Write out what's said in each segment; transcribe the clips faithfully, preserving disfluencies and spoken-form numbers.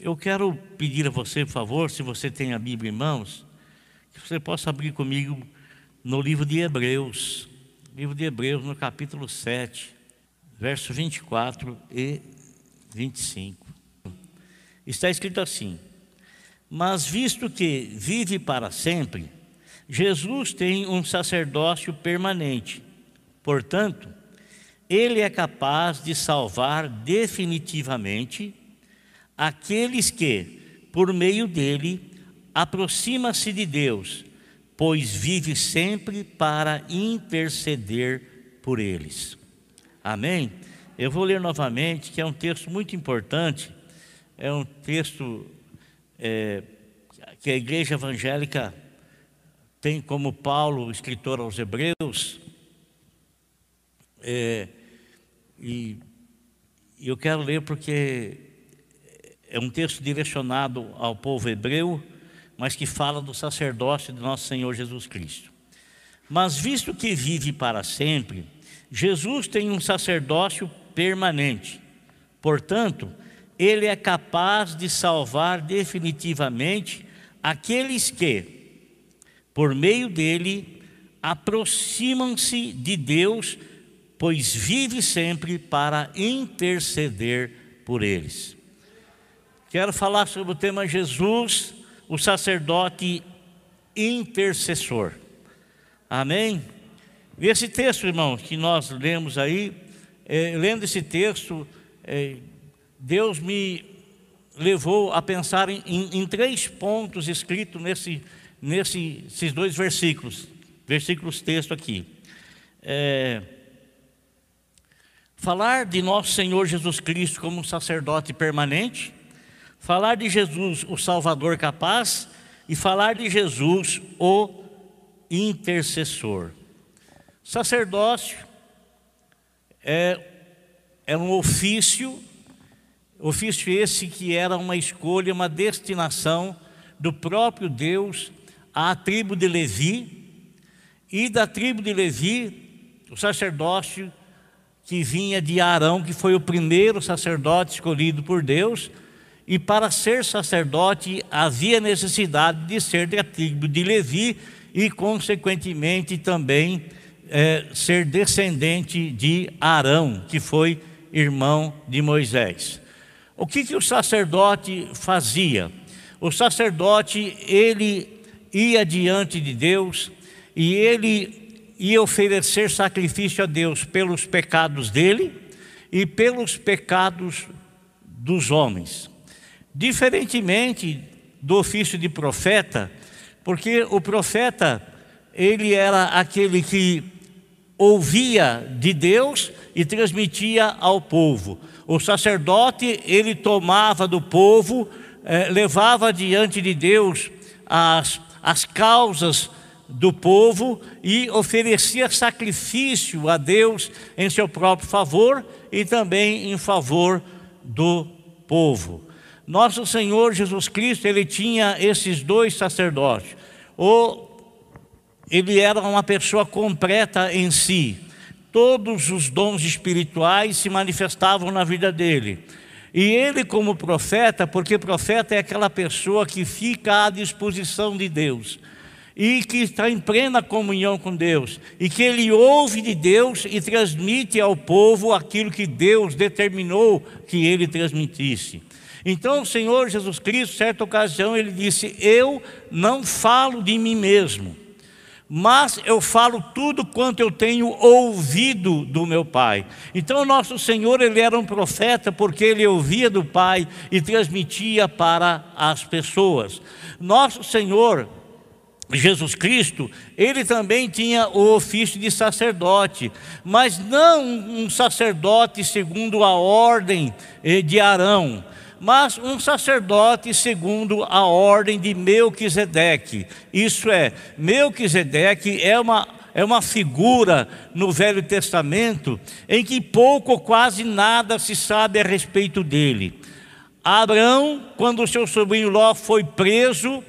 Eu quero pedir a você, por favor, se você tem a Bíblia em mãos, que você possa abrir comigo no livro de Hebreus, livro de Hebreus, no capítulo sete, versos vinte e quatro e vinte e cinco. Está escrito assim: mas visto que vive para sempre, Jesus tem um sacerdócio permanente. Portanto, ele é capaz de salvar definitivamente aqueles que, por meio dele, aproxima-se de Deus, pois vive sempre para interceder por eles. Amém? Eu vou ler novamente, que é um texto muito importante. É um texto é, que a igreja evangélica tem como Paulo, escritor aos Hebreus. É, e, e eu quero ler porque é um texto direcionado ao povo hebreu, mas que fala do sacerdócio de nosso Senhor Jesus Cristo. Mas visto que vive para sempre, Jesus tem um sacerdócio permanente. Portanto, ele é capaz de salvar definitivamente aqueles que, por meio dele, aproximam-se de Deus, pois vive sempre para interceder por eles. Quero falar sobre o tema Jesus, o sacerdote intercessor. Amém? E esse texto, irmãos, que nós lemos aí, é, lendo esse texto, é, Deus me levou a pensar em, em, em três pontos escritos nesse, nesse, nesses dois versículos, versículos texto aqui. É, falar de nosso Senhor Jesus Cristo como um sacerdote permanente, falar de Jesus, o Salvador capaz, e falar de Jesus, o intercessor. Sacerdócio é, é um ofício, ofício esse que era uma escolha, uma destinação do próprio Deus à tribo de Levi, e da tribo de Levi, o sacerdócio que vinha de Arão, que foi o primeiro sacerdote escolhido por Deus. E para ser sacerdote havia necessidade de ser da tribo de Levi e, consequentemente, também é, ser descendente de Arão, que foi irmão de Moisés. O que que o sacerdote fazia? O sacerdote, ele ia diante de Deus e ele ia oferecer sacrifício a Deus pelos pecados dele e pelos pecados dos homens. Diferentemente do ofício de profeta, porque o profeta, ele era aquele que ouvia de Deus e transmitia ao povo. O sacerdote, ele tomava do povo, eh, levava diante de Deus as, as causas do povo e oferecia sacrifício a Deus em seu próprio favor e também em favor do povo. Nosso Senhor Jesus Cristo, ele tinha esses dois sacerdócios. Ou ele era uma pessoa completa em si. Todos os dons espirituais se manifestavam na vida dele. E ele, como profeta, porque profeta é aquela pessoa que fica à disposição de Deus e que está em plena comunhão com Deus, e que ele ouve de Deus e transmite ao povo aquilo que Deus determinou que ele transmitisse. Então o Senhor Jesus Cristo, certa ocasião, ele disse: eu não falo de mim mesmo, mas eu falo tudo quanto eu tenho ouvido do meu Pai. Então o nosso Senhor, ele era um profeta porque ele ouvia do Pai e transmitia para as pessoas. Nosso Senhor Jesus Cristo, ele também tinha o ofício de sacerdote, mas não um sacerdote segundo a ordem de Arão, mas um sacerdote segundo a ordem de Melquisedeque. Isso é, Melquisedeque é uma, é uma figura no Velho Testamento em que pouco ou quase nada se sabe a respeito dele. Abraão, quando o seu sobrinho Ló foi preso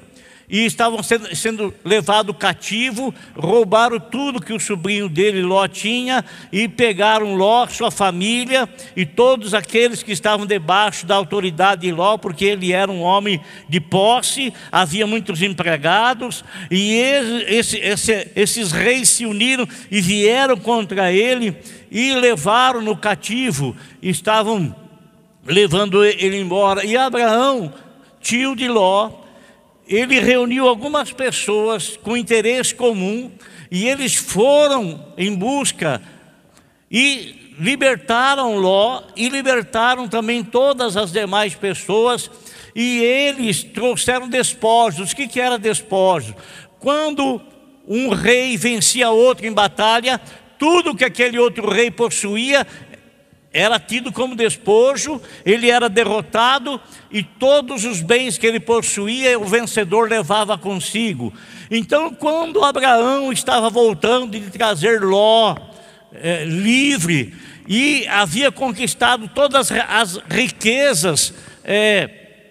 e estavam sendo, sendo levados cativo, roubaram tudo que o sobrinho dele, Ló, tinha, e pegaram Ló, sua família e todos aqueles que estavam debaixo da autoridade de Ló, porque ele era um homem de posse, havia muitos empregados, e esse, esse, esses reis se uniram e vieram contra ele e levaram no cativo, e estavam levando ele embora. E Abraão, tio de Ló, ele reuniu algumas pessoas com interesse comum, e eles foram em busca e libertaram Ló e libertaram também todas as demais pessoas, e eles trouxeram despojos. O que que era despojo? Quando um rei vencia outro em batalha, tudo que aquele outro rei possuía era tido como despojo, ele era derrotado e todos os bens que ele possuía, o vencedor levava consigo. Então, quando Abraão estava voltando de trazer Ló é, livre, e havia conquistado todas as riquezas é,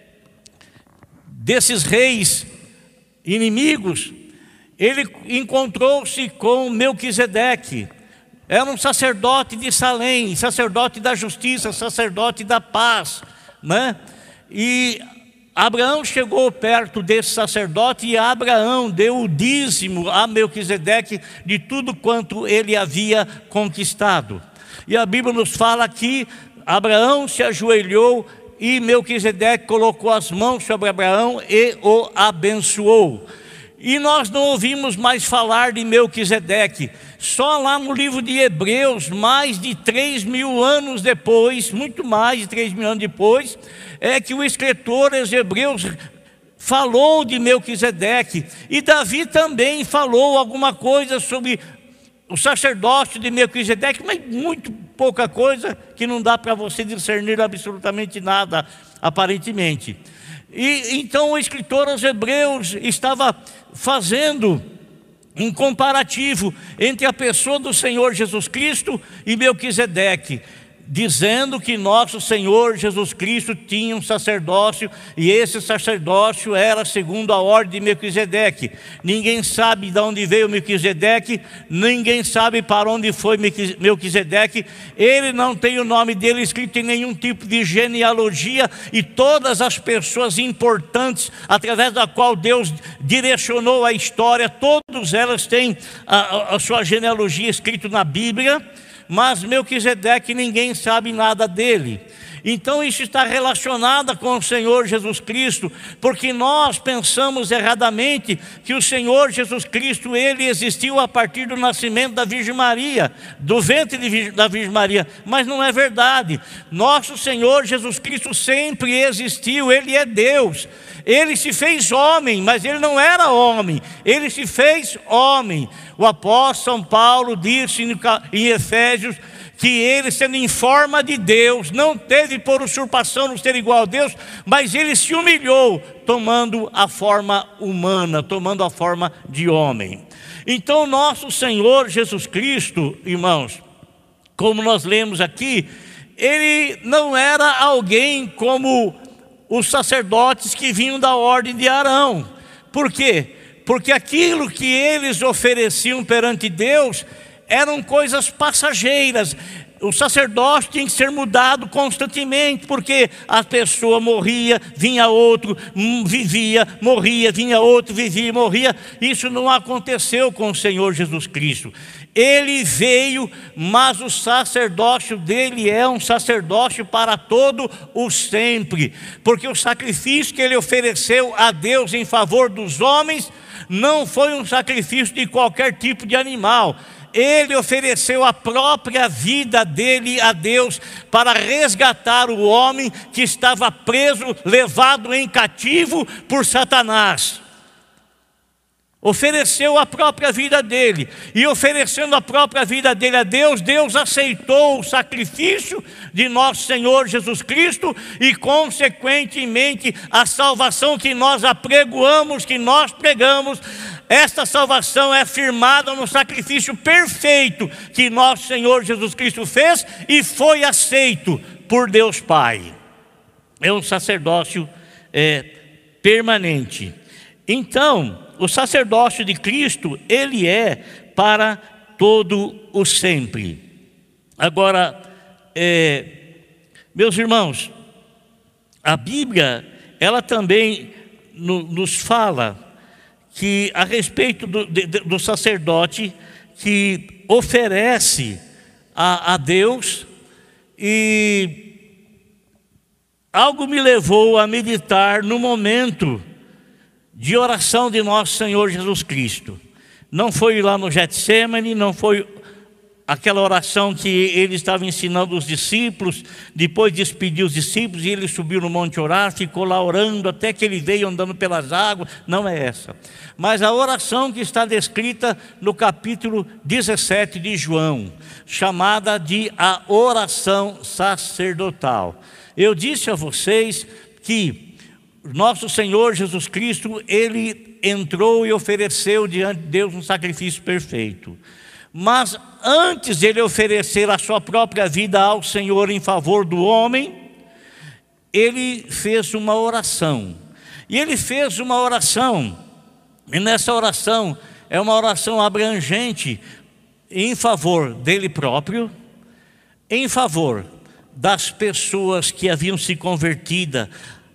desses reis inimigos, ele encontrou-se com Melquisedeque. Era um sacerdote de Salém, sacerdote da justiça, sacerdote da paz, né? E Abraão chegou perto desse sacerdote, e Abraão deu o dízimo a Melquisedeque de tudo quanto ele havia conquistado. E a Bíblia nos fala que Abraão se ajoelhou e Melquisedeque colocou as mãos sobre Abraão e o abençoou. E nós não ouvimos mais falar de Melquisedeque. Só lá no livro de Hebreus, mais de três mil anos depois, muito mais de três mil anos depois, é que o escritor dos Hebreus falou de Melquisedeque. E Davi também falou alguma coisa sobre o sacerdócio de Melquisedeque, mas muito pouca coisa, que não dá para você discernir absolutamente nada, aparentemente. E então o escritor aos Hebreus estava fazendo um comparativo entre a pessoa do Senhor Jesus Cristo e Melquisedeque, dizendo que nosso Senhor Jesus Cristo tinha um sacerdócio, e esse sacerdócio era segundo a ordem de Melquisedeque. Ninguém sabe de onde veio Melquisedeque, ninguém sabe para onde foi Melquisedeque. Ele não tem o nome dele escrito em nenhum tipo de genealogia, e todas as pessoas importantes através da qual Deus direcionou a história, todas elas têm a, a sua genealogia escrita na Bíblia. Mas Melquisedeque ninguém sabe nada dele. Então isso está relacionado com o Senhor Jesus Cristo, porque nós pensamos erradamente que o Senhor Jesus Cristo, ele existiu a partir do nascimento da Virgem Maria, do ventre de, da Virgem Maria, mas não é verdade. Nosso Senhor Jesus Cristo sempre existiu, ele é Deus. Ele se fez homem, mas ele não era homem, ele se fez homem. O apóstolo São Paulo disse em Efésios que ele, sendo em forma de Deus, não teve por usurpação no ser igual a Deus, mas ele se humilhou, tomando a forma humana, tomando a forma de homem. Então nosso Senhor Jesus Cristo, irmãos, como nós lemos aqui, ele não era alguém como os sacerdotes que vinham da ordem de Arão. Por quê? Porque aquilo que eles ofereciam perante Deus eram coisas passageiras. O sacerdócio tinha que ser mudado constantemente, porque a pessoa morria, vinha outro, vivia, morria, vinha outro, vivia, morria. Isso não aconteceu com o Senhor Jesus Cristo. Ele veio, mas o sacerdócio dele é um sacerdócio para todo o sempre, porque o sacrifício que ele ofereceu a Deus em favor dos homens não foi um sacrifício de qualquer tipo de animal. Ele ofereceu a própria vida dele a Deus para resgatar o homem que estava preso, levado em cativo por Satanás. Ofereceu a própria vida dele, e oferecendo a própria vida dele a Deus, Deus aceitou o sacrifício de nosso Senhor Jesus Cristo, e consequentemente a salvação que nós apregoamos, que nós pregamos, esta salvação é firmada no sacrifício perfeito que nosso Senhor Jesus Cristo fez e foi aceito por Deus Pai. É um sacerdócio é, permanente. Então, o sacerdócio de Cristo, ele é para todo o sempre. Agora, é, meus irmãos, a Bíblia, ela também no, nos fala que a respeito do, de, do sacerdote que oferece a, a Deus, e algo me levou a meditar no momento de oração de nosso Senhor Jesus Cristo. Não foi lá no Getsemane, não foi aquela oração que ele estava ensinando os discípulos, depois despediu os discípulos e ele subiu no monte orar, ficou lá orando até que ele veio andando pelas águas. Não é essa, mas a oração que está descrita no capítulo dezessete de João, chamada de a oração sacerdotal. Eu disse a vocês que nosso Senhor Jesus Cristo, ele entrou e ofereceu diante de Deus um sacrifício perfeito. Mas antes de ele oferecer a sua própria vida ao Senhor em favor do homem, ele fez uma oração. E ele fez uma oração, e nessa oração é uma oração abrangente em favor dele próprio, em favor das pessoas que haviam se convertido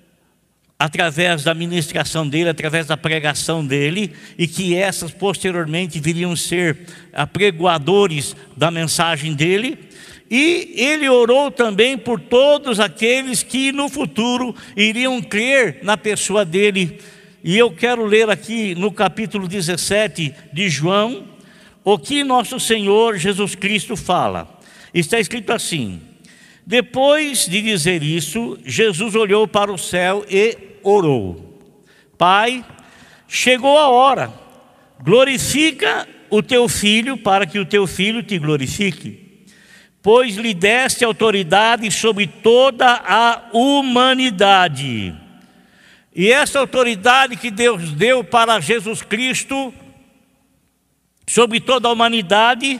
através da ministração dele, através da pregação dele, e que essas posteriormente viriam ser apregoadores da mensagem dele. E ele orou também por todos aqueles que no futuro iriam crer na pessoa dele. E eu quero ler aqui no capítulo dezessete de João o que nosso Senhor Jesus Cristo fala. Está escrito assim: depois de dizer isso, Jesus olhou para o céu e orou: Pai, chegou a hora, glorifica o teu filho, para que o teu filho te glorifique, pois lhe deste autoridade sobre toda a humanidade. E essa autoridade que Deus deu para Jesus Cristo sobre toda a humanidade,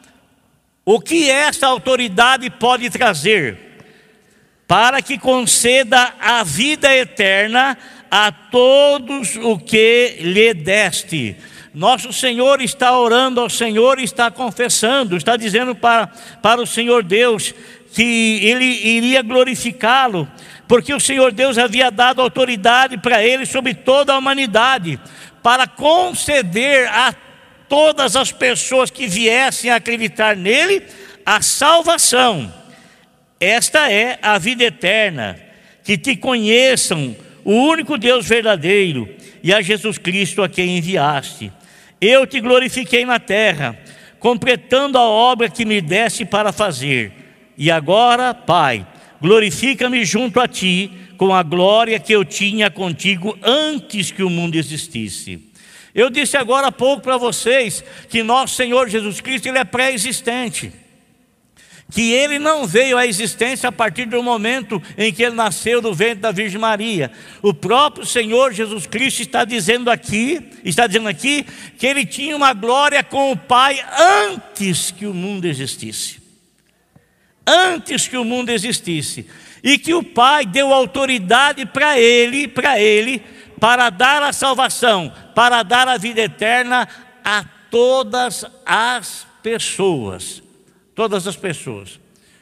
o que essa autoridade pode trazer? Para que conceda a vida eterna a todos o que lhe deste. Nosso Senhor está orando ao Senhor e está confessando, está dizendo para, para o Senhor Deus que Ele iria glorificá-lo, porque o Senhor Deus havia dado autoridade para Ele sobre toda a humanidade, para conceder a todas as pessoas que viessem a acreditar nele a salvação. Esta é a vida eterna, que te conheçam, o único Deus verdadeiro, e a Jesus Cristo a quem enviaste. Eu te glorifiquei na terra, completando a obra que me deste para fazer. E agora, Pai, glorifica-me junto a ti, com a glória que eu tinha contigo antes que o mundo existisse. Eu disse agora há pouco para vocês que nosso Senhor Jesus Cristo, ele é pré-existente, que ele não veio à existência a partir do momento em que ele nasceu do ventre da Virgem Maria. O próprio Senhor Jesus Cristo está dizendo aqui, está dizendo aqui que ele tinha uma glória com o Pai antes que o mundo existisse. Antes que o mundo existisse. E que o Pai deu autoridade para ele, para ele, para dar a salvação, para dar a vida eterna a todas as pessoas. Todas as pessoas.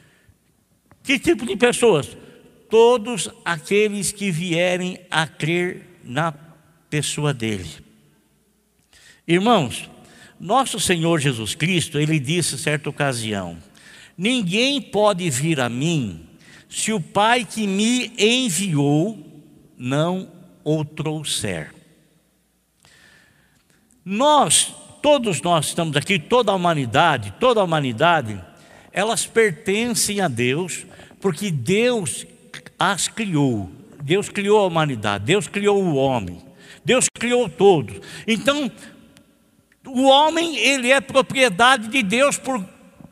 Que tipo de pessoas? Todos aqueles que vierem a crer na pessoa dele. Irmãos, nosso Senhor Jesus Cristo, ele disse em certa ocasião: ninguém pode vir a mim se o Pai que me enviou não o trouxer. Nós, todos nós estamos aqui, toda a humanidade, toda a humanidade, elas pertencem a Deus, porque Deus as criou. Deus criou a humanidade, Deus criou o homem, Deus criou todos. Então, o homem, ele é propriedade de Deus por,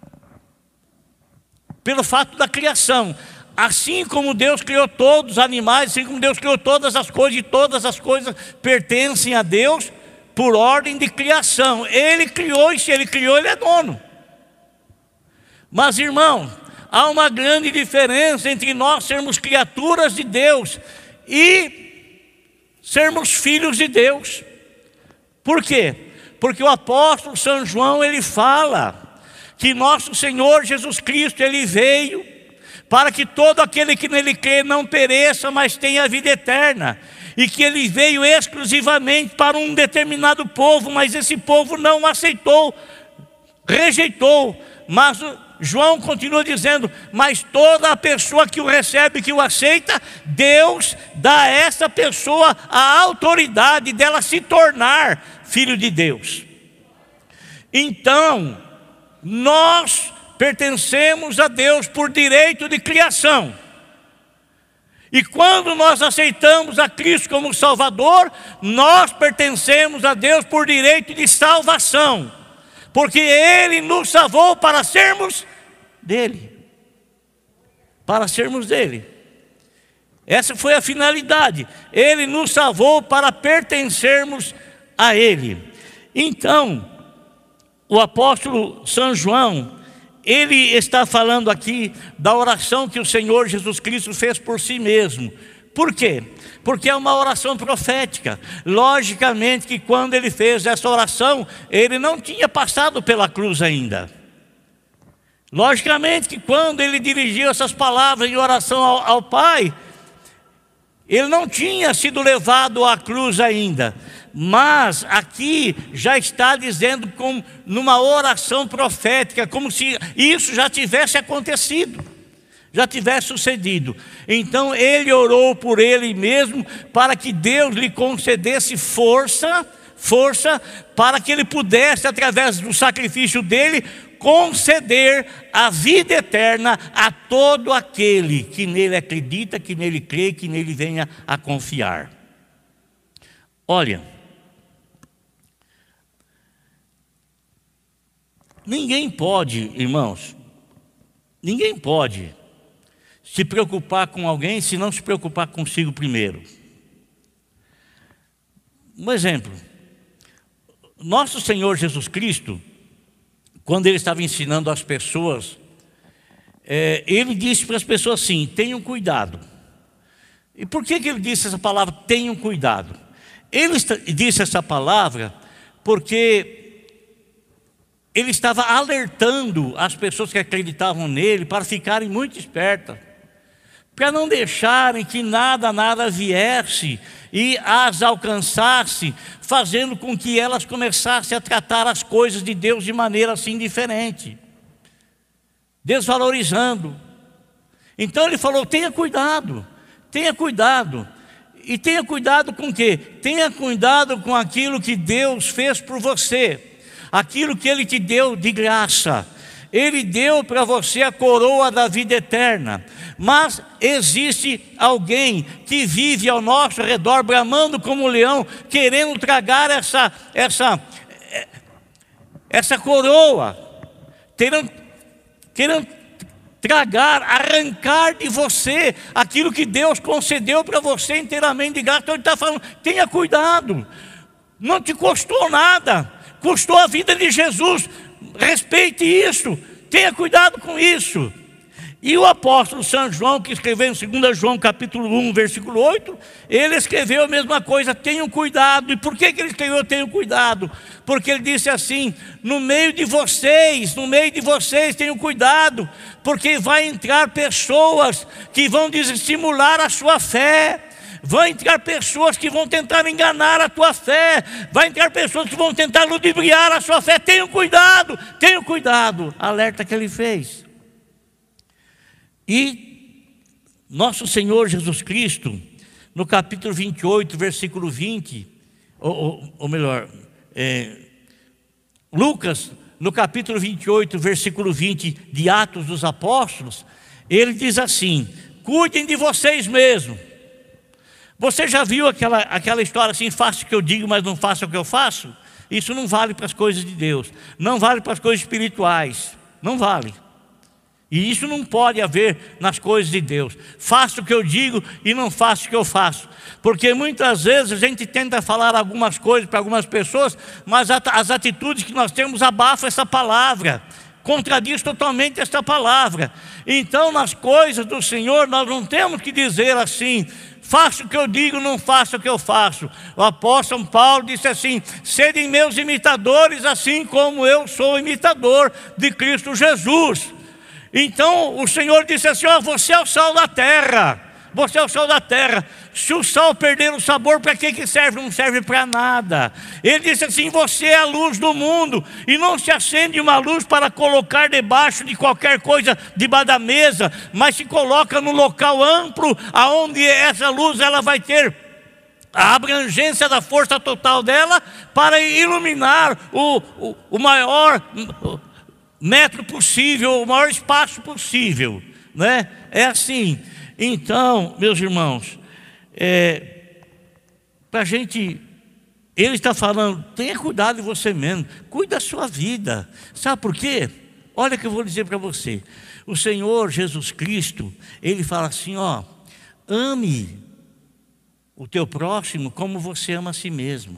pelo fato da criação. Assim como Deus criou todos os animais, assim como Deus criou todas as coisas, e todas as coisas pertencem a Deus por ordem de criação. Ele criou, e se ele criou, ele é dono. Mas, irmão, há uma grande diferença entre nós sermos criaturas de Deus e sermos filhos de Deus. Por quê? Porque o apóstolo São João, ele fala que nosso Senhor Jesus Cristo, ele veio para que todo aquele que nele crê não pereça, mas tenha a vida eterna. E que ele veio exclusivamente para um determinado povo, mas esse povo não aceitou, rejeitou. Mas João continua dizendo, mas toda a pessoa que o recebe, que o aceita, Deus dá a essa pessoa a autoridade dela se tornar filho de Deus. Então, nós pertencemos a Deus por direito de criação. E quando nós aceitamos a Cristo como Salvador, nós pertencemos a Deus por direito de salvação. Porque Ele nos salvou para sermos dele. Para sermos dele. Essa foi a finalidade. Ele nos salvou para pertencermos a Ele. Então, o apóstolo São João, ele está falando aqui da oração que o Senhor Jesus Cristo fez por si mesmo. Por quê? Porque é uma oração profética. Logicamente que quando ele fez essa oração, ele não tinha passado pela cruz ainda. Logicamente que quando ele dirigiu essas palavras em oração ao, ao Pai, ele não tinha sido levado à cruz ainda. Mas aqui já está dizendo como numa oração profética, como se isso já tivesse acontecido, já tivesse sucedido. Então ele orou por ele mesmo, para que Deus lhe concedesse força, força para que ele pudesse, através do sacrifício dele, conceder a vida eterna a todo aquele que nele acredita, que nele crê, que nele venha a confiar. Olha, ninguém pode, irmãos, ninguém pode se preocupar com alguém se não se preocupar consigo primeiro. Um exemplo, nosso Senhor Jesus Cristo, quando Ele estava ensinando as pessoas, é, Ele disse para as pessoas assim, tenham cuidado. E por que que Ele disse essa palavra, tenham cuidado? Ele disse essa palavra porque Ele estava alertando as pessoas que acreditavam nele para ficarem muito espertas, para não deixarem que nada, nada viesse e as alcançasse, fazendo com que elas começassem a tratar as coisas de Deus de maneira assim diferente, desvalorizando. Então ele falou, tenha cuidado, tenha cuidado. E tenha cuidado com o quê? Tenha cuidado com aquilo que Deus fez por você, aquilo que Ele te deu de graça. Ele deu para você a coroa da vida eterna. Mas existe alguém que vive ao nosso redor, bramando como um leão, querendo tragar essa, essa, essa coroa, querendo, querendo tragar, arrancar de você aquilo que Deus concedeu para você inteiramente de graça. Então ele está falando, tenha cuidado, não te custou nada, custou a vida de Jesus, respeite isso, tenha cuidado com isso. E o apóstolo São João, que escreveu em dois João capítulo um, versículo oito, ele escreveu a mesma coisa, tenham cuidado. E por que que ele escreveu tenham cuidado? Porque ele disse assim, no meio de vocês, no meio de vocês tenham cuidado, porque vai entrar pessoas que vão desestimular a sua fé, vão entrar pessoas que vão tentar enganar a tua fé, vai entrar pessoas que vão tentar ludibriar a sua fé. Tenham cuidado, tenham cuidado, alerta que ele fez. E nosso Senhor Jesus Cristo, no capítulo vinte e oito, versículo vinte, ou, ou, ou melhor, é, Lucas, no capítulo vinte e oito, versículo vinte de Atos dos Apóstolos, ele diz assim, cuidem de vocês mesmos. Você já viu aquela, aquela história assim, faça o que eu digo, mas não faça o que eu faço? Isso não vale para as coisas de Deus, não vale para as coisas espirituais, não vale. E isso não pode haver nas coisas de Deus. Faça o que eu digo e não faça o que eu faço. Porque muitas vezes a gente tenta falar algumas coisas para algumas pessoas, mas as atitudes que nós temos abafam essa palavra, contradiz totalmente essa palavra. Então, nas coisas do Senhor, nós não temos que dizer assim: faço o que eu digo, não faço o que eu faço. O apóstolo Paulo disse assim: serem meus imitadores, assim como eu sou imitador de Cristo Jesus. Então o Senhor disse assim: ó, você é o sal da terra. Você é o sal da terra. Se o sal perder o sabor, para que que serve? Não serve para nada. Ele disse assim: você é a luz do mundo. E não se acende uma luz para colocar debaixo de qualquer coisa, debaixo da mesa, mas se coloca no local amplo, aonde essa luz ela vai ter a abrangência da força total dela, para iluminar o, o, o maior metro possível, o maior espaço possível, né? É assim. Então, meus irmãos, é, para a gente, ele está falando: tenha cuidado de você mesmo, cuide da sua vida. Sabe por quê? Olha o que eu vou dizer para você. O Senhor Jesus Cristo, ele fala assim: ó, ame o teu próximo como você ama a si mesmo.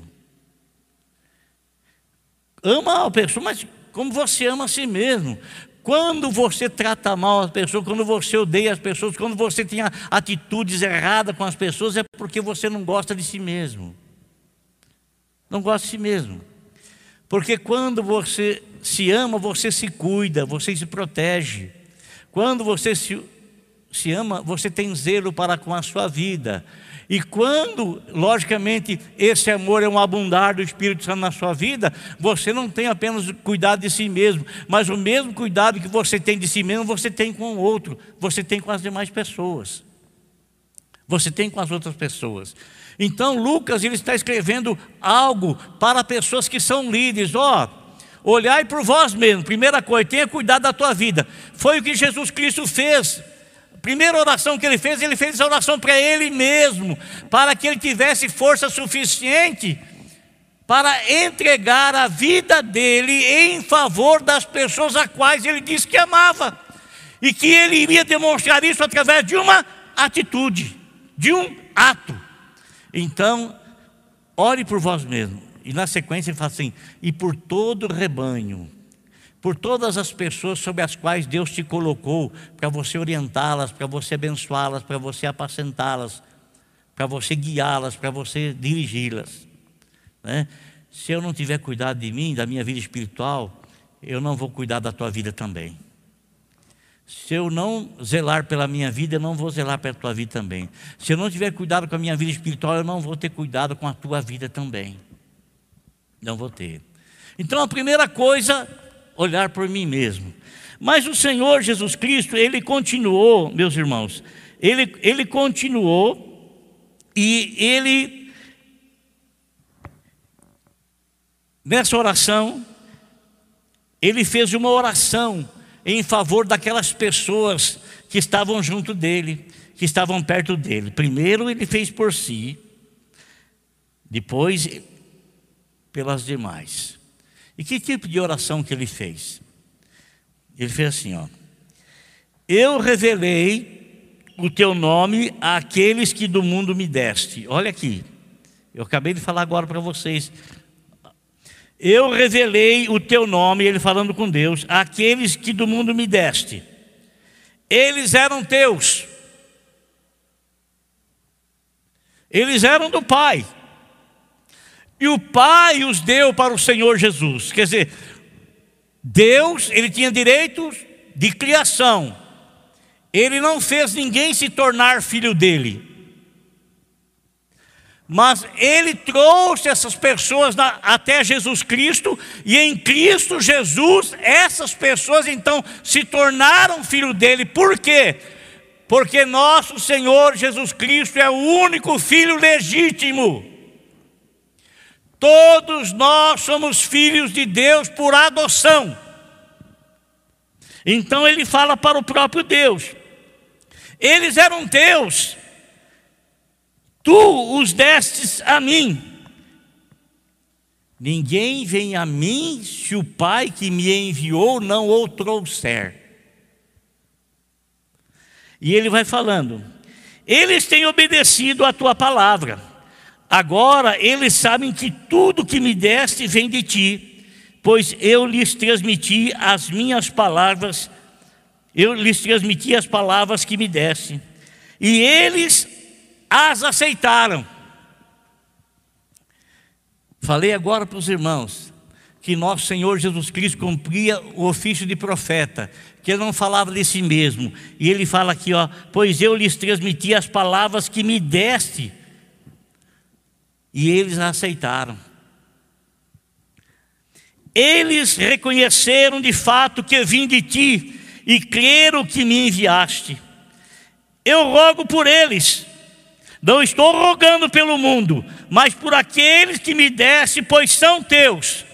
Ama a pessoa, mas como você ama a si mesmo. Quando você trata mal as pessoas, quando você odeia as pessoas, quando você tem atitudes erradas com as pessoas, é porque você não gosta de si mesmo. Não gosta de si mesmo. Porque quando você se ama, você se cuida, você se protege. Quando você se, se ama, você tem zelo para com a sua vida. E quando, logicamente, esse amor é um abundar do Espírito Santo na sua vida, você não tem apenas cuidado de si mesmo, mas o mesmo cuidado que você tem de si mesmo, você tem com o outro, você tem com as demais pessoas, você tem com as outras pessoas. Então Lucas, ele está escrevendo algo para pessoas que são líderes. Ó, olhai por vós mesmos. Primeira coisa, tenha cuidado da tua vida. Foi o que Jesus Cristo fez. Primeira oração que ele fez, ele fez essa oração para ele mesmo, para que ele tivesse força suficiente para entregar a vida dele em favor das pessoas a quais ele disse que amava, e que ele iria demonstrar isso através de uma atitude, de um ato. Então, ore por vós mesmo. E na sequência ele fala assim: e por todo o rebanho, por todas as pessoas sobre as quais Deus te colocou, para você orientá-las, para você abençoá-las, para você apacentá-las, para você guiá-las, para você dirigi-las, né? Se eu não tiver cuidado de mim, da minha vida espiritual, eu não vou cuidar da tua vida também. Se eu não zelar pela minha vida, eu não vou zelar pela tua vida também. Se eu não tiver cuidado com a minha vida espiritual, eu não vou ter cuidado com a tua vida também. Não vou ter. Então a primeira coisa, olhar por mim mesmo. Mas o Senhor Jesus Cristo, ele continuou, meus irmãos, ele, ele continuou e ele, nessa oração, ele fez uma oração em favor daquelas pessoas que estavam junto dele, que estavam perto dele. Primeiro ele fez por si, depois pelas demais. E que tipo de oração que ele fez? Ele fez assim, ó: eu revelei o teu nome àqueles que do mundo me deste. Olha aqui, eu acabei de falar agora para vocês. Eu revelei o teu nome, ele falando com Deus, àqueles que do mundo me deste. Eles eram teus. Eles eram do Pai. E o Pai os deu para o Senhor Jesus. Quer dizer, Deus, ele tinha direitos de criação. Ele não fez ninguém se tornar filho dele. Mas ele trouxe essas pessoas na, até Jesus Cristo, e em Cristo Jesus, essas pessoas então se tornaram filho dele. Por quê? Porque nosso Senhor Jesus Cristo é o único filho legítimo. Todos nós somos filhos de Deus por adoção. Então ele fala para o próprio Deus: eles eram teus, tu os destes a mim. Ninguém vem a mim se o Pai que me enviou não o trouxer. E ele vai falando: eles têm obedecido a tua palavra. Agora eles sabem que tudo que me deste vem de ti, pois eu lhes transmiti as minhas palavras eu lhes transmiti as palavras que me desse, e eles as aceitaram. Falei agora para os irmãos que nosso Senhor Jesus Cristo cumpria o ofício de profeta, que ele não falava de si mesmo. E ele fala aqui, ó, pois eu lhes transmiti as palavras que me deste, e eles a aceitaram. Eles reconheceram de fato que eu vim de ti, e creram que me enviaste. Eu rogo por eles, não estou rogando pelo mundo, mas por aqueles que me deste, pois são teus.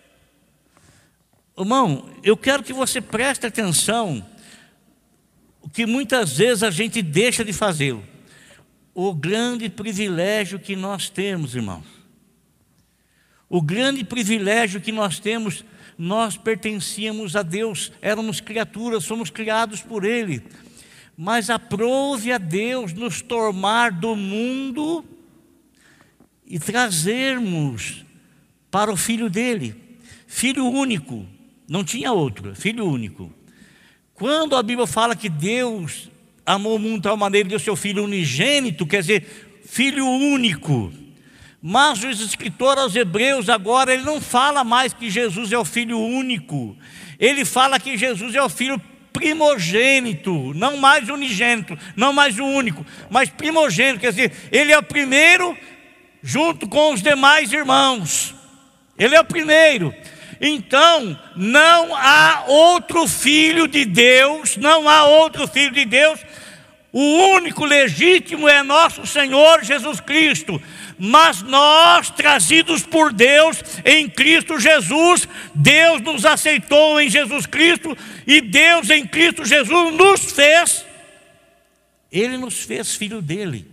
Irmão, eu quero que você preste atenção, o que muitas vezes a gente deixa de fazê-lo. O grande privilégio que nós temos, irmãos. O grande privilégio que nós temos, nós pertencíamos a Deus, éramos criaturas, somos criados por Ele. Mas aprove a Deus nos tomar do mundo e trazermos para o Filho dEle. Filho único, não tinha outro, Filho único. Quando a Bíblia fala que Deus amou o mundo de tal maneira que deu seu Filho unigênito, quer dizer, Filho único. Mas o escritor aos Hebreus agora, ele não fala mais que Jesus é o Filho único. Ele fala que Jesus é o Filho primogênito, não mais unigênito, não mais o único, mas primogênito, quer dizer, ele é o primeiro junto com os demais irmãos. Ele é o primeiro. Então, não há outro Filho de Deus, não há outro Filho de Deus. O único legítimo é nosso Senhor Jesus Cristo. Mas nós, trazidos por Deus em Cristo Jesus, Deus nos aceitou em Jesus Cristo, e Deus em Cristo Jesus nos fez, Ele nos fez filho dEle.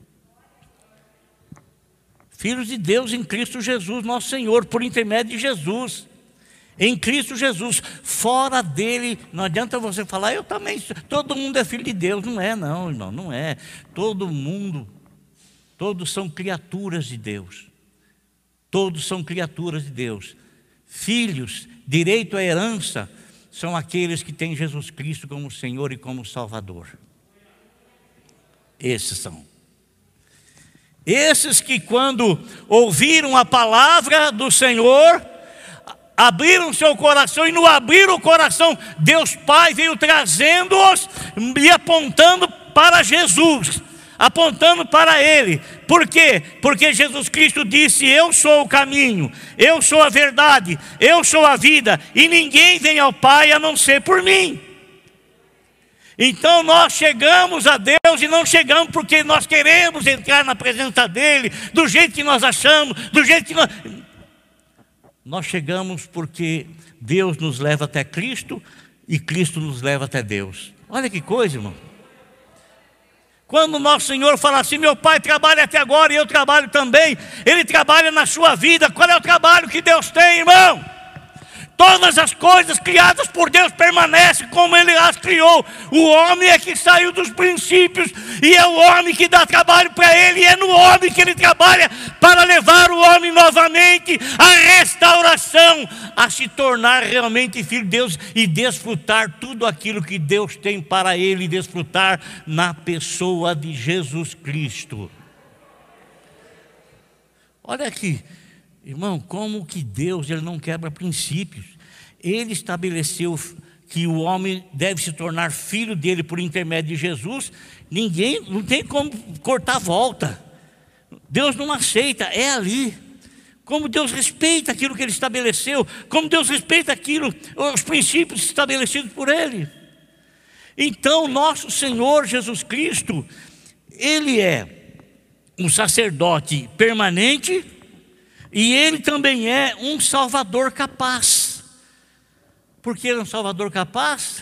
Filhos de Deus em Cristo Jesus, nosso Senhor, por intermédio de Jesus. Em Cristo Jesus, fora dele, não adianta você falar, eu também, todo mundo é filho de Deus. Não é não, irmão, não é. Todo mundo, todos são criaturas de Deus. Todos são criaturas de Deus. Filhos, direito à herança, são aqueles que têm Jesus Cristo como Senhor e como Salvador. Esses são. Esses que quando ouviram a palavra do Senhor, abriram seu coração, e no abrir o coração, Deus Pai veio trazendo-os e apontando para Jesus, apontando para Ele. Por quê? Porque Jesus Cristo disse, eu sou o caminho, eu sou a verdade, eu sou a vida, e ninguém vem ao Pai a não ser por mim. Então nós chegamos a Deus, e não chegamos porque nós queremos entrar na presença dEle, do jeito que nós achamos, do jeito que nós... Nós chegamos porque Deus nos leva até Cristo, e Cristo nos leva até Deus. Olha que coisa, irmão. Quando o nosso Senhor fala assim, meu Pai trabalha até agora e eu trabalho também, Ele trabalha na sua vida. Qual é o trabalho que Deus tem, irmão? Todas as coisas criadas por Deus permanecem como Ele as criou. O homem é que saiu dos princípios, e é o homem que dá trabalho para Ele, e é no homem que Ele trabalha para levar o homem novamente à restauração, a se tornar realmente filho de Deus e desfrutar tudo aquilo que Deus tem para ele, desfrutar na pessoa de Jesus Cristo. Olha aqui, irmão, como que Deus, Ele não quebra princípios. Ele estabeleceu que o homem deve se tornar filho dele por intermédio de Jesus. Ninguém, não tem como cortar a volta. Deus não aceita, é ali. Como Deus respeita aquilo que Ele estabeleceu, como Deus respeita aquilo, os princípios estabelecidos por Ele. Então, nosso Senhor Jesus Cristo, Ele é um sacerdote permanente, e Ele também é um Salvador capaz. Por que Ele é um Salvador capaz?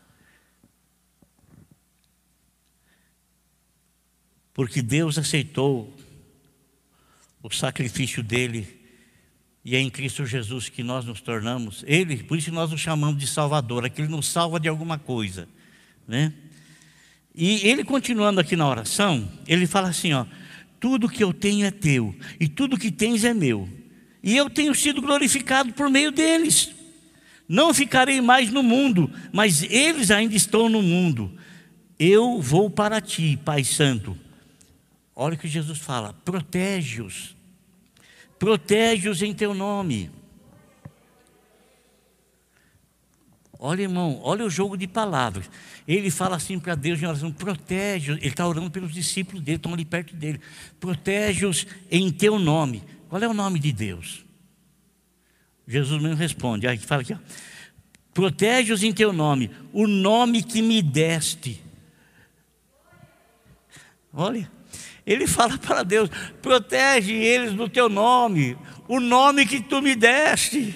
Porque Deus aceitou o sacrifício dEle, e é em Cristo Jesus que nós nos tornamos Ele, por isso nós nos chamamos de Salvador, aquele nos salva de alguma coisa, né? E Ele, continuando aqui na oração, Ele fala assim, ó, tudo que eu tenho é teu, e tudo que tens é meu, e eu tenho sido glorificado por meio deles. Não ficarei mais no mundo, mas eles ainda estão no mundo. Eu vou para ti, Pai Santo. Olha o que Jesus fala: protege-os, protege-os em teu nome. Olha, irmão, olha o jogo de palavras. Ele fala assim para Deus em oração: protege-os. Ele está orando pelos discípulos dele, estão ali perto dele. Protege-os em teu nome. Qual é o nome de Deus? Jesus mesmo responde, aí fala aqui, ó: protege-os em teu nome, o nome que me deste. Olha, ele fala para Deus: protege eles no teu nome, o nome que tu me deste.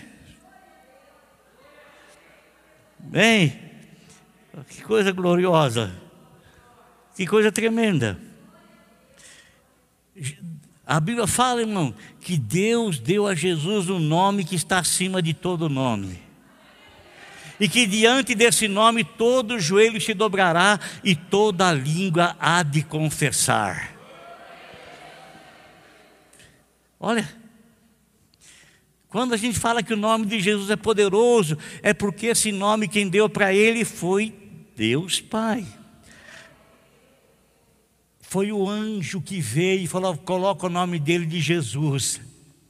Bem, que coisa gloriosa, que coisa tremenda. A Bíblia fala, irmão, que Deus deu a Jesus um nome que está acima de todo nome. E que diante desse nome todo joelho se dobrará e toda língua há de confessar. Olha, quando a gente fala que o nome de Jesus é poderoso, é porque esse nome quem deu para ele foi Deus Pai. Foi o anjo que veio e falou: coloca o nome dele de Jesus.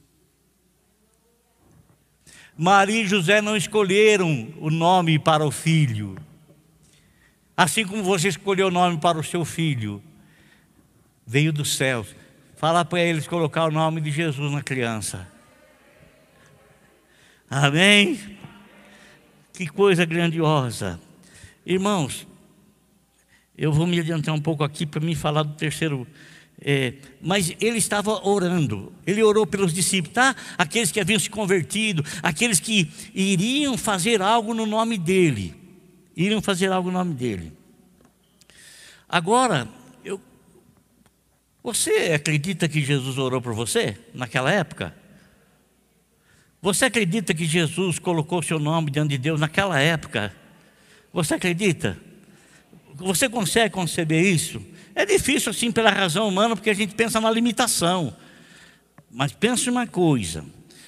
Maria e José não escolheram o nome para o filho, assim como você escolheu o nome para o seu filho. Veio dos céus falar para eles colocar o nome de Jesus na criança. Amém? Que coisa grandiosa. Irmãos, eu vou me adiantar um pouco aqui para me falar do terceiro. É, mas ele estava orando, ele orou pelos discípulos, tá? Aqueles que haviam se convertido, aqueles que iriam fazer algo no nome dele, iriam fazer algo no nome dele. Agora, eu, você acredita que Jesus orou por você naquela época? Você acredita que Jesus colocou seu nome diante de Deus naquela época? Você acredita? Você consegue conceber isso? É difícil assim pela razão humana, porque a gente pensa na limitação. Mas pense uma coisa: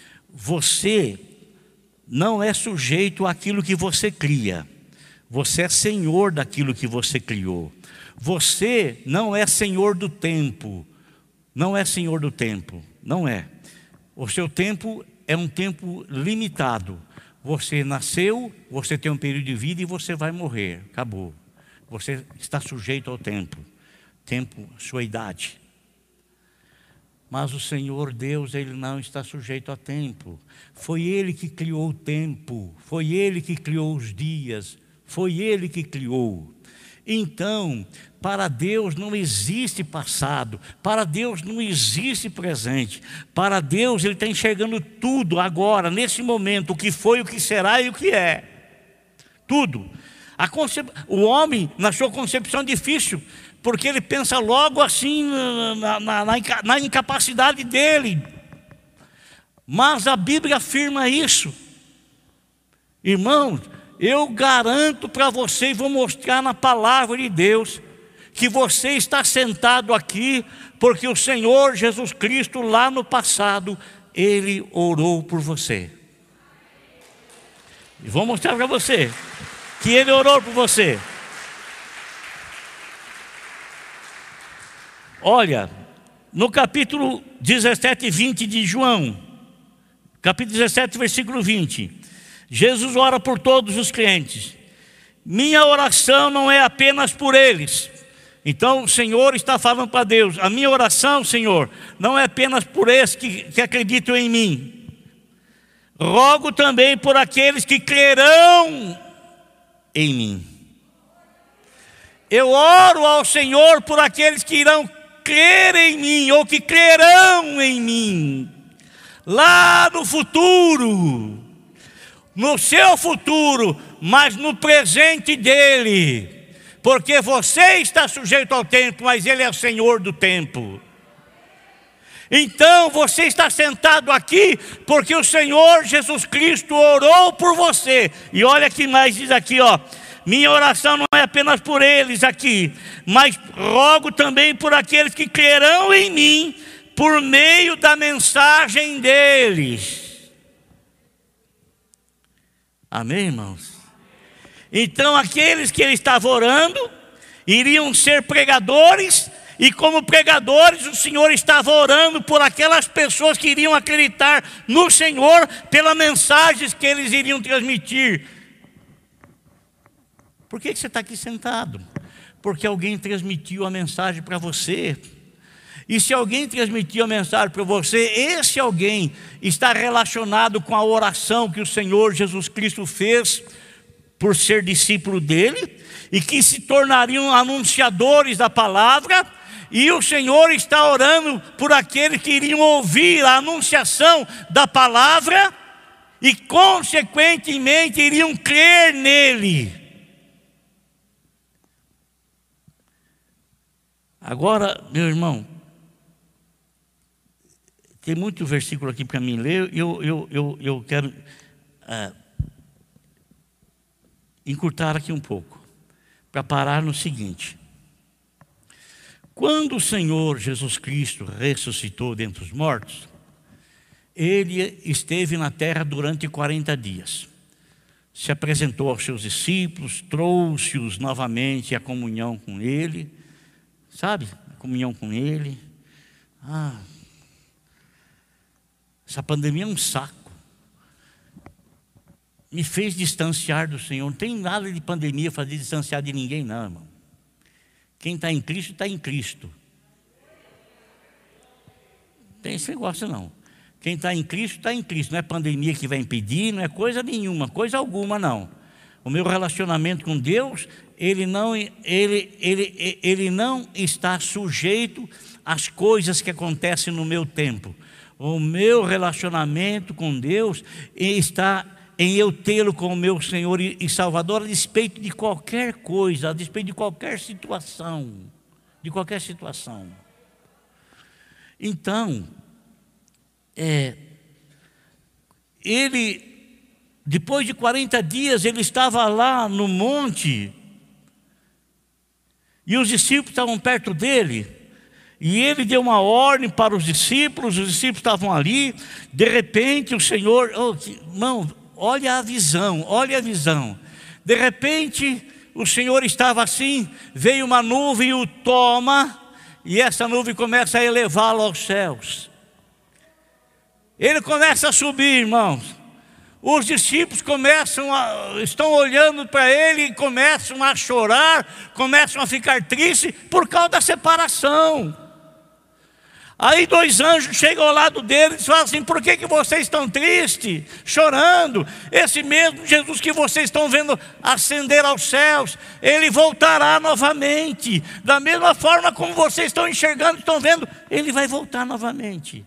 você não é sujeito àquilo que você cria. Você é senhor daquilo que você criou. Você não é senhor do tempo. Não é senhor do tempo. Não é. O seu tempo é um tempo limitado. Você nasceu, você tem um período de vida e você vai morrer. Acabou. Você está sujeito ao tempo. Tempo, sua idade. Mas o Senhor Deus, Ele não está sujeito a tempo. Foi Ele que criou o tempo. Foi Ele que criou os dias. Foi Ele que criou. Então, para Deus não existe passado. Para Deus não existe presente. Para Deus Ele está enxergando tudo agora, nesse momento. O que foi, o que será e o que é. Tudo. A concep... O homem, na sua concepção, é difícil, porque ele pensa logo assim na, na, na, na incapacidade dele. Mas a Bíblia afirma isso. Irmãos, eu garanto para você e vou mostrar na palavra de Deus que você está sentado aqui porque o Senhor Jesus Cristo lá no passado, Ele orou por você. E vou mostrar para você que Ele orou por você. Olha, no capítulo dezessete e vinte de João, capítulo dezessete, versículo vinte, Jesus ora por todos os crentes. Minha oração não é apenas por eles. Então o Senhor está falando para Deus: a minha oração, Senhor, não é apenas por esses que, que acreditam em mim. Rogo também por aqueles que crerão em mim. Eu oro ao Senhor por aqueles que irão crer em mim, ou que crerão em mim, lá no futuro, no seu futuro, mas no presente dele, porque você está sujeito ao tempo, mas Ele é o Senhor do tempo. Então você está sentado aqui porque o Senhor Jesus Cristo orou por você. E olha que mais diz aqui, ó: minha oração não é apenas por eles aqui, mas rogo também por aqueles que crerão em mim por meio da mensagem deles. Amém, irmãos? Então aqueles que ele estava orando iriam ser pregadores, e como pregadores o Senhor estava orando por aquelas pessoas que iriam acreditar no Senhor pelas mensagens que eles iriam transmitir. Por que que você está aqui sentado? Porque alguém transmitiu a mensagem para você. E se alguém transmitiu a mensagem para você, esse alguém está relacionado com a oração que o Senhor Jesus Cristo fez por ser discípulo dele, e que se tornariam anunciadores da palavra. E o Senhor está orando por aqueles que iriam ouvir a anunciação da palavra e consequentemente iriam crer nele. Agora, meu irmão, tem muito versículo aqui para mim ler. Eu, eu, eu, eu quero ah, encurtar aqui um pouco, para parar no seguinte: quando o Senhor Jesus Cristo ressuscitou dentre os mortos, ele esteve na terra durante quarenta dias. Se apresentou aos seus discípulos, trouxe-os novamente à comunhão com ele, sabe? A comunhão com ele. Ah, essa pandemia é um saco. Me fez distanciar do Senhor. Não tem nada de pandemia fazer distanciar de ninguém, não, irmão. Quem está em Cristo, está em Cristo. Não tem esse negócio não. Quem está em Cristo, está em Cristo. Não é pandemia que vai impedir, não é coisa nenhuma, coisa alguma não. O meu relacionamento com Deus, ele não, ele, ele, ele não está sujeito às coisas que acontecem no meu tempo. O meu relacionamento com Deus está em eu tê-lo como meu Senhor e Salvador, a despeito de qualquer coisa, a despeito de qualquer situação, de qualquer situação. Então, é, ele, depois de quarenta dias, ele estava lá no monte, e os discípulos estavam perto dele, e ele deu uma ordem para os discípulos, os discípulos estavam ali. De repente o Senhor, oh, irmão, olha a visão, olha a visão. De repente, o Senhor estava assim, veio uma nuvem e o toma, e essa nuvem começa a elevá-lo aos céus. Ele começa a subir, irmãos. Os discípulos começam a, estão olhando para ele e começam a chorar, começam a ficar tristes por causa da separação. Aí dois anjos chegam ao lado deles e falam assim: por que que vocês estão tristes, chorando? Esse mesmo Jesus que vocês estão vendo ascender aos céus, ele voltará novamente. Da mesma forma como vocês estão enxergando, estão vendo, ele vai voltar novamente.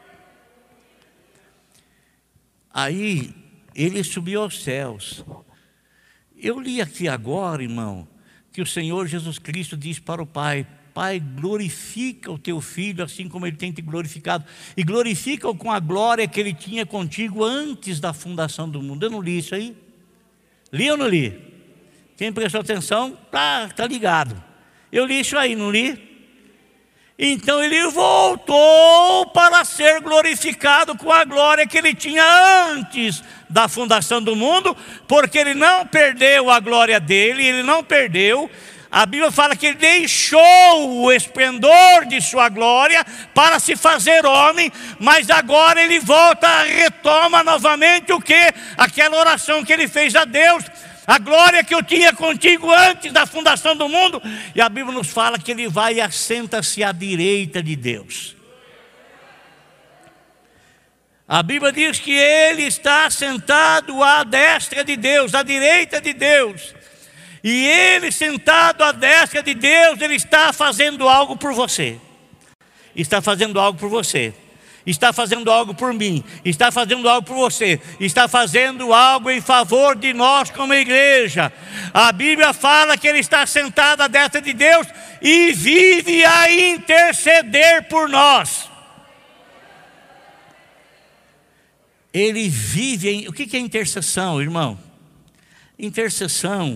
Aí ele subiu aos céus. Eu li aqui agora, irmão, que o Senhor Jesus Cristo diz para o Pai: Pai, glorifica o teu filho assim como ele tem te glorificado, e glorifica-o com a glória que ele tinha contigo antes da fundação do mundo. Eu não li isso aí? Li ou não li? Quem prestou atenção está tá ligado. Eu li isso aí, não li? Então ele voltou para ser glorificado com a glória que ele tinha antes da fundação do mundo, porque ele não perdeu a glória dele, ele não perdeu. A Bíblia fala que ele deixou o esplendor de sua glória para se fazer homem, mas agora ele volta, retoma novamente o que? Aquela oração que ele fez a Deus: a glória que eu tinha contigo antes da fundação do mundo. E a Bíblia nos fala que ele vai e assenta-se à direita de Deus. A Bíblia diz que ele está sentado à destra de Deus, à direita de Deus. E ele sentado à destra de Deus, ele está fazendo algo por você. Está fazendo algo por você. Está fazendo algo por mim. Está fazendo algo por você. Está fazendo algo em favor de nós como igreja. A Bíblia fala que ele está sentado à destra de Deus e vive a interceder por nós. Ele vive em... O que é intercessão, irmão? Intercessão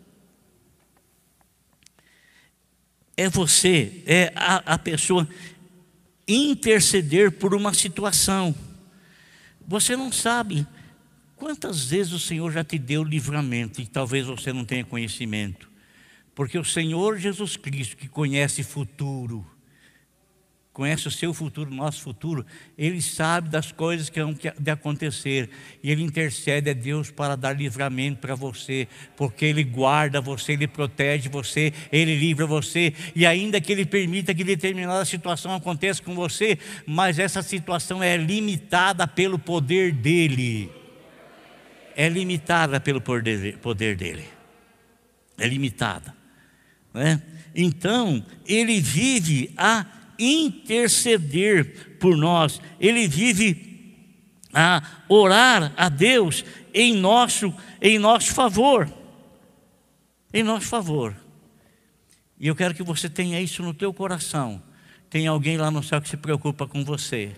é você, é a, a pessoa interceder por uma situação. Você não sabe Quantas vezes o Senhor já te deu livramento e talvez você não tenha conhecimento? Porque o Senhor Jesus Cristo, que conhece futuro, conhece o seu futuro, o nosso futuro, Ele sabe das coisas que vão de acontecer. E Ele intercede a Deus para dar livramento para você, porque Ele guarda você, Ele protege você, Ele livra você. E ainda que Ele permita que determinada situação aconteça com você, mas essa situação é limitada pelo poder dEle. É limitada pelo poder, poder dEle. É limitada, né? Então, Ele vive a interceder por nós. Ele vive a orar a Deus em nosso, em nosso favor. Em nosso favor. E eu quero que você tenha isso no teu coração. Tem alguém lá no céu que se preocupa com você.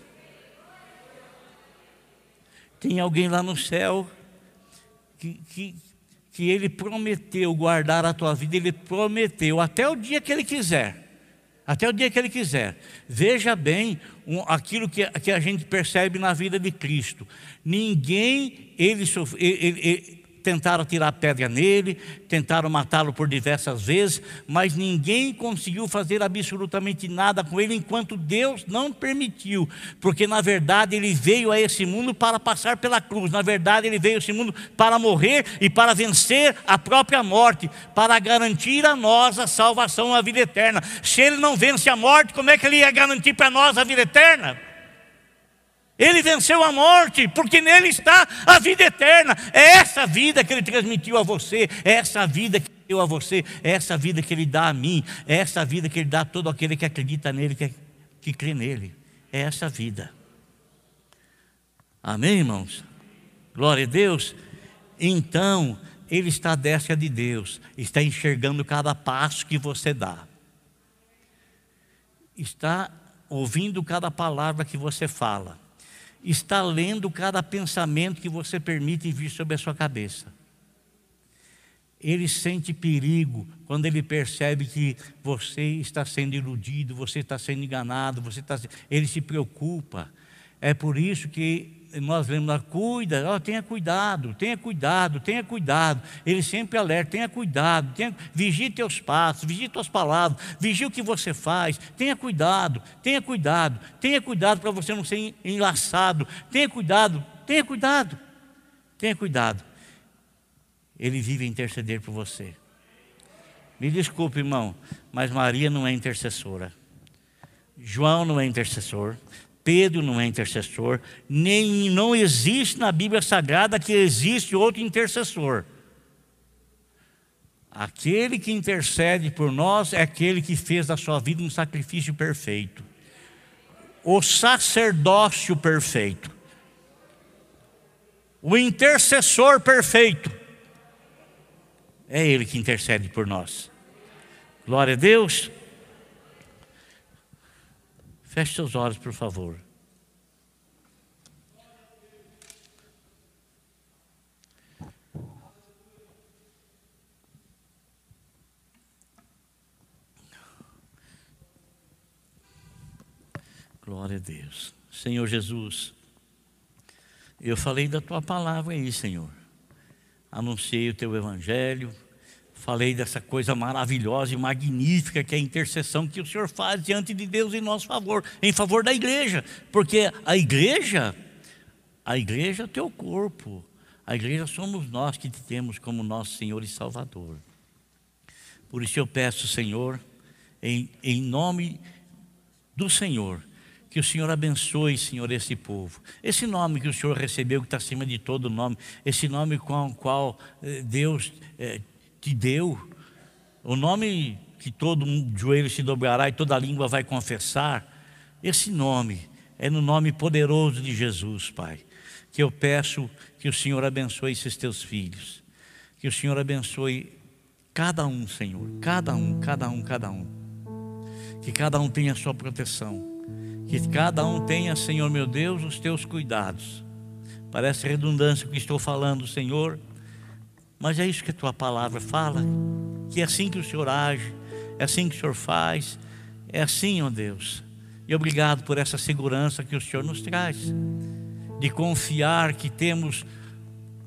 Tem alguém lá no céu que, que, que Ele prometeu guardar a tua vida. Ele prometeu até o dia que Ele quiser. Até o dia que Ele quiser. Veja bem um, aquilo que, que a gente percebe na vida de Cristo. Ninguém, ele, ele, ele tentaram tirar pedra nele, tentaram matá-lo por diversas vezes, mas ninguém conseguiu fazer absolutamente nada com ele enquanto Deus não permitiu, porque na verdade Ele veio a esse mundo para passar pela cruz. Na verdade Ele veio a esse mundo para morrer e para vencer a própria morte, para garantir a nós a salvação, a vida eterna. Se Ele não vence a morte, como é que Ele ia garantir para nós a vida eterna? Ele venceu a morte, porque nele está a vida eterna. É essa vida que Ele transmitiu a você, é essa vida que Ele deu a você, é essa vida que Ele dá a mim, é essa vida que Ele dá a todo aquele que acredita nele, que, que crê nele. É essa vida. Amém, irmãos? Glória a Deus. Então, Ele está à destra de Deus, está enxergando cada passo que você dá, está ouvindo cada palavra que você fala, está lendo cada pensamento que você permite vir sobre a sua cabeça. Ele sente perigo quando ele percebe que você está sendo iludido, você está sendo enganado, você está... ele se preocupa. É por isso que nós lemos lá, cuida, ó, tenha cuidado, tenha cuidado, tenha cuidado. Ele sempre alerta, tenha cuidado, tenha, vigie teus passos, vigie tuas palavras, vigie o que você faz, tenha cuidado, tenha cuidado, tenha cuidado para você não ser enlaçado, tenha cuidado, tenha cuidado, tenha cuidado. Ele vive a interceder por você. Me desculpe, irmão, mas Maria não é intercessora, João não é intercessor, Pedro não é intercessor, nem não existe na Bíblia Sagrada que existe outro intercessor. Aquele que intercede por nós é aquele que fez da sua vida um sacrifício perfeito, o sacerdócio perfeito, o intercessor perfeito. É Ele que intercede por nós. Glória a Deus. Feche seus olhos, por favor. Glória a Deus. Senhor Jesus, eu falei da Tua palavra aí, Senhor. Anunciei o Teu Evangelho. Falei dessa coisa maravilhosa e magnífica que é a intercessão que o Senhor faz diante de Deus em nosso favor, em favor da igreja. Porque a igreja, a igreja é o Teu corpo. A igreja somos nós que te temos como nosso Senhor e Salvador. Por isso eu peço, Senhor, em, em nome do Senhor, que o Senhor abençoe, Senhor, esse povo. Esse nome que o Senhor recebeu, que está acima de todo nome, esse nome com o qual Deus é, te deu, o nome que todo joelho se dobrará e toda língua vai confessar, esse nome é no nome poderoso de Jesus, Pai, que eu peço que o Senhor abençoe esses teus filhos, que o Senhor abençoe cada um, Senhor, cada um, cada um, cada um, que cada um tenha a sua proteção, que cada um tenha, Senhor meu Deus, os teus cuidados. Parece redundância o que estou falando, Senhor, mas é isso que a Tua palavra fala, que é assim que o Senhor age, é assim que o Senhor faz, é assim, ó Deus. E obrigado por essa segurança que o Senhor nos traz, de confiar que temos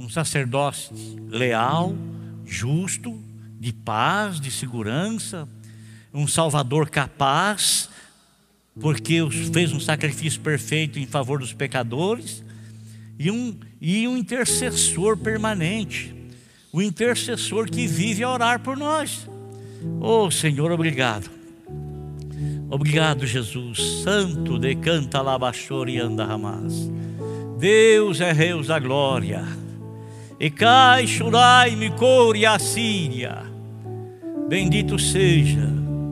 um sacerdote leal, justo, de paz, de segurança, um Salvador capaz, porque fez um sacrifício perfeito em favor dos pecadores, e um, e um intercessor permanente, o intercessor que vive a orar por nós. Oh Senhor, obrigado. Obrigado, Jesus. Santo decanta labachor e anda ramás. Deus é Deus da glória. E cai, churai, me coure a Síria. Bendito seja,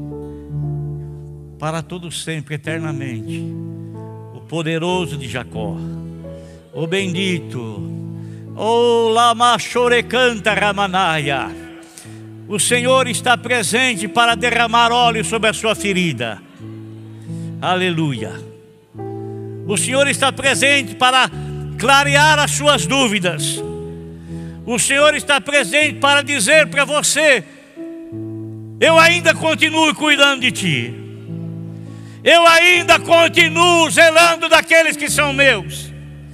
para todo sempre, eternamente, o poderoso de Jacó. O bendito. O lamachore canta ramanaia. O Senhor está presente para derramar óleo sobre a sua ferida. Aleluia. O Senhor está presente para clarear as suas dúvidas. O Senhor está presente para dizer para você: eu ainda continuo cuidando de ti. Eu ainda continuo zelando daqueles que são meus.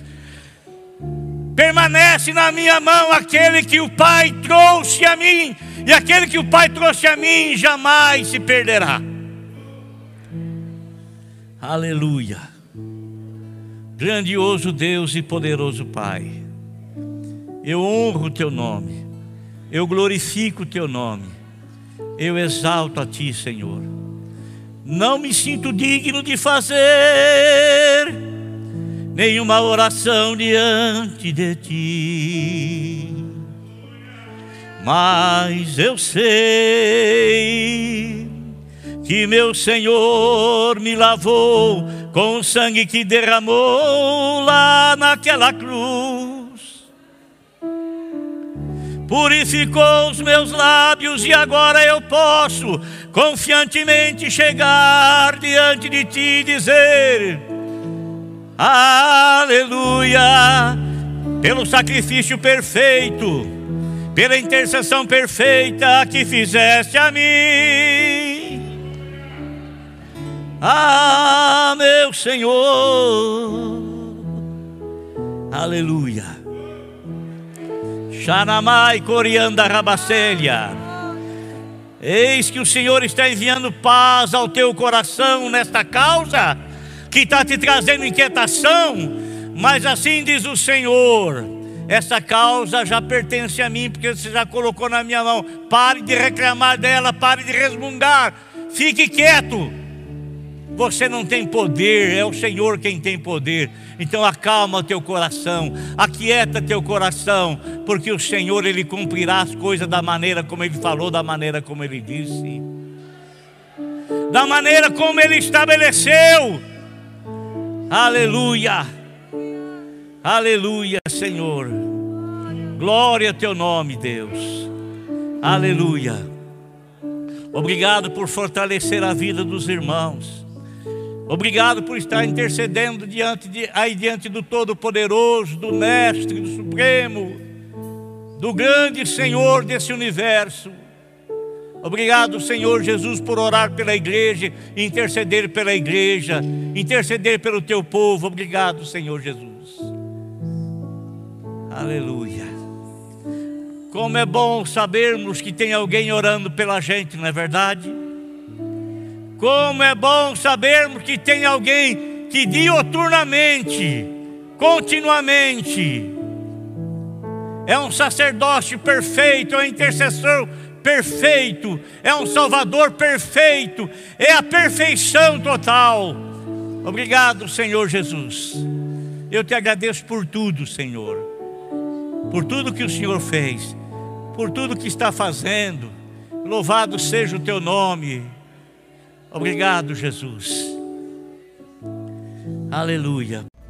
Permanece na minha mão aquele que o Pai trouxe a mim, e aquele que o Pai trouxe a mim jamais se perderá. Aleluia. Grandioso Deus e poderoso Pai, eu honro o teu nome, eu glorifico o teu nome, eu exalto a ti, Senhor. Não me sinto digno de fazer nenhuma oração diante de ti, mas eu sei que meu Senhor me lavou com o sangue que derramou lá naquela cruz, purificou os meus lábios, e agora eu posso confiantemente chegar diante de ti e dizer: aleluia, pelo sacrifício perfeito, pela intercessão perfeita que fizeste a mim. Ah, meu Senhor, aleluia. Xanamai corianda rabacélia. Eis que o Senhor está enviando paz ao teu coração nesta causa que está te trazendo inquietação, mas assim diz o Senhor: essa causa já pertence a mim, porque você já colocou na minha mão. Pare de reclamar dela, pare de resmungar, fique quieto. Você não tem poder, é o Senhor quem tem poder. Então acalma teu coração, aquieta teu coração, porque o Senhor, Ele cumprirá as coisas da maneira como Ele falou, da maneira como Ele disse, da maneira como Ele estabeleceu. Aleluia, aleluia, Senhor. Glória ao teu nome, Deus. Aleluia. Obrigado por fortalecer a vida dos irmãos. Obrigado por estar intercedendo diante de, aí diante do Todo-Poderoso, do Mestre, do Supremo, do grande Senhor desse universo. Obrigado, Senhor Jesus, por orar pela igreja, interceder pela igreja, interceder pelo teu povo. Obrigado, Senhor Jesus. Aleluia. Como é bom sabermos que tem alguém orando pela gente, não é verdade? Como é bom sabermos que tem alguém que diuturnamente, continuamente, é um sacerdócio perfeito, é um intercessor perfeito, é um salvador perfeito, é a perfeição total. Obrigado, Senhor Jesus. Eu te agradeço por tudo, Senhor, por tudo que o Senhor fez, por tudo que está fazendo. Louvado seja o teu nome. Obrigado, Jesus. Aleluia.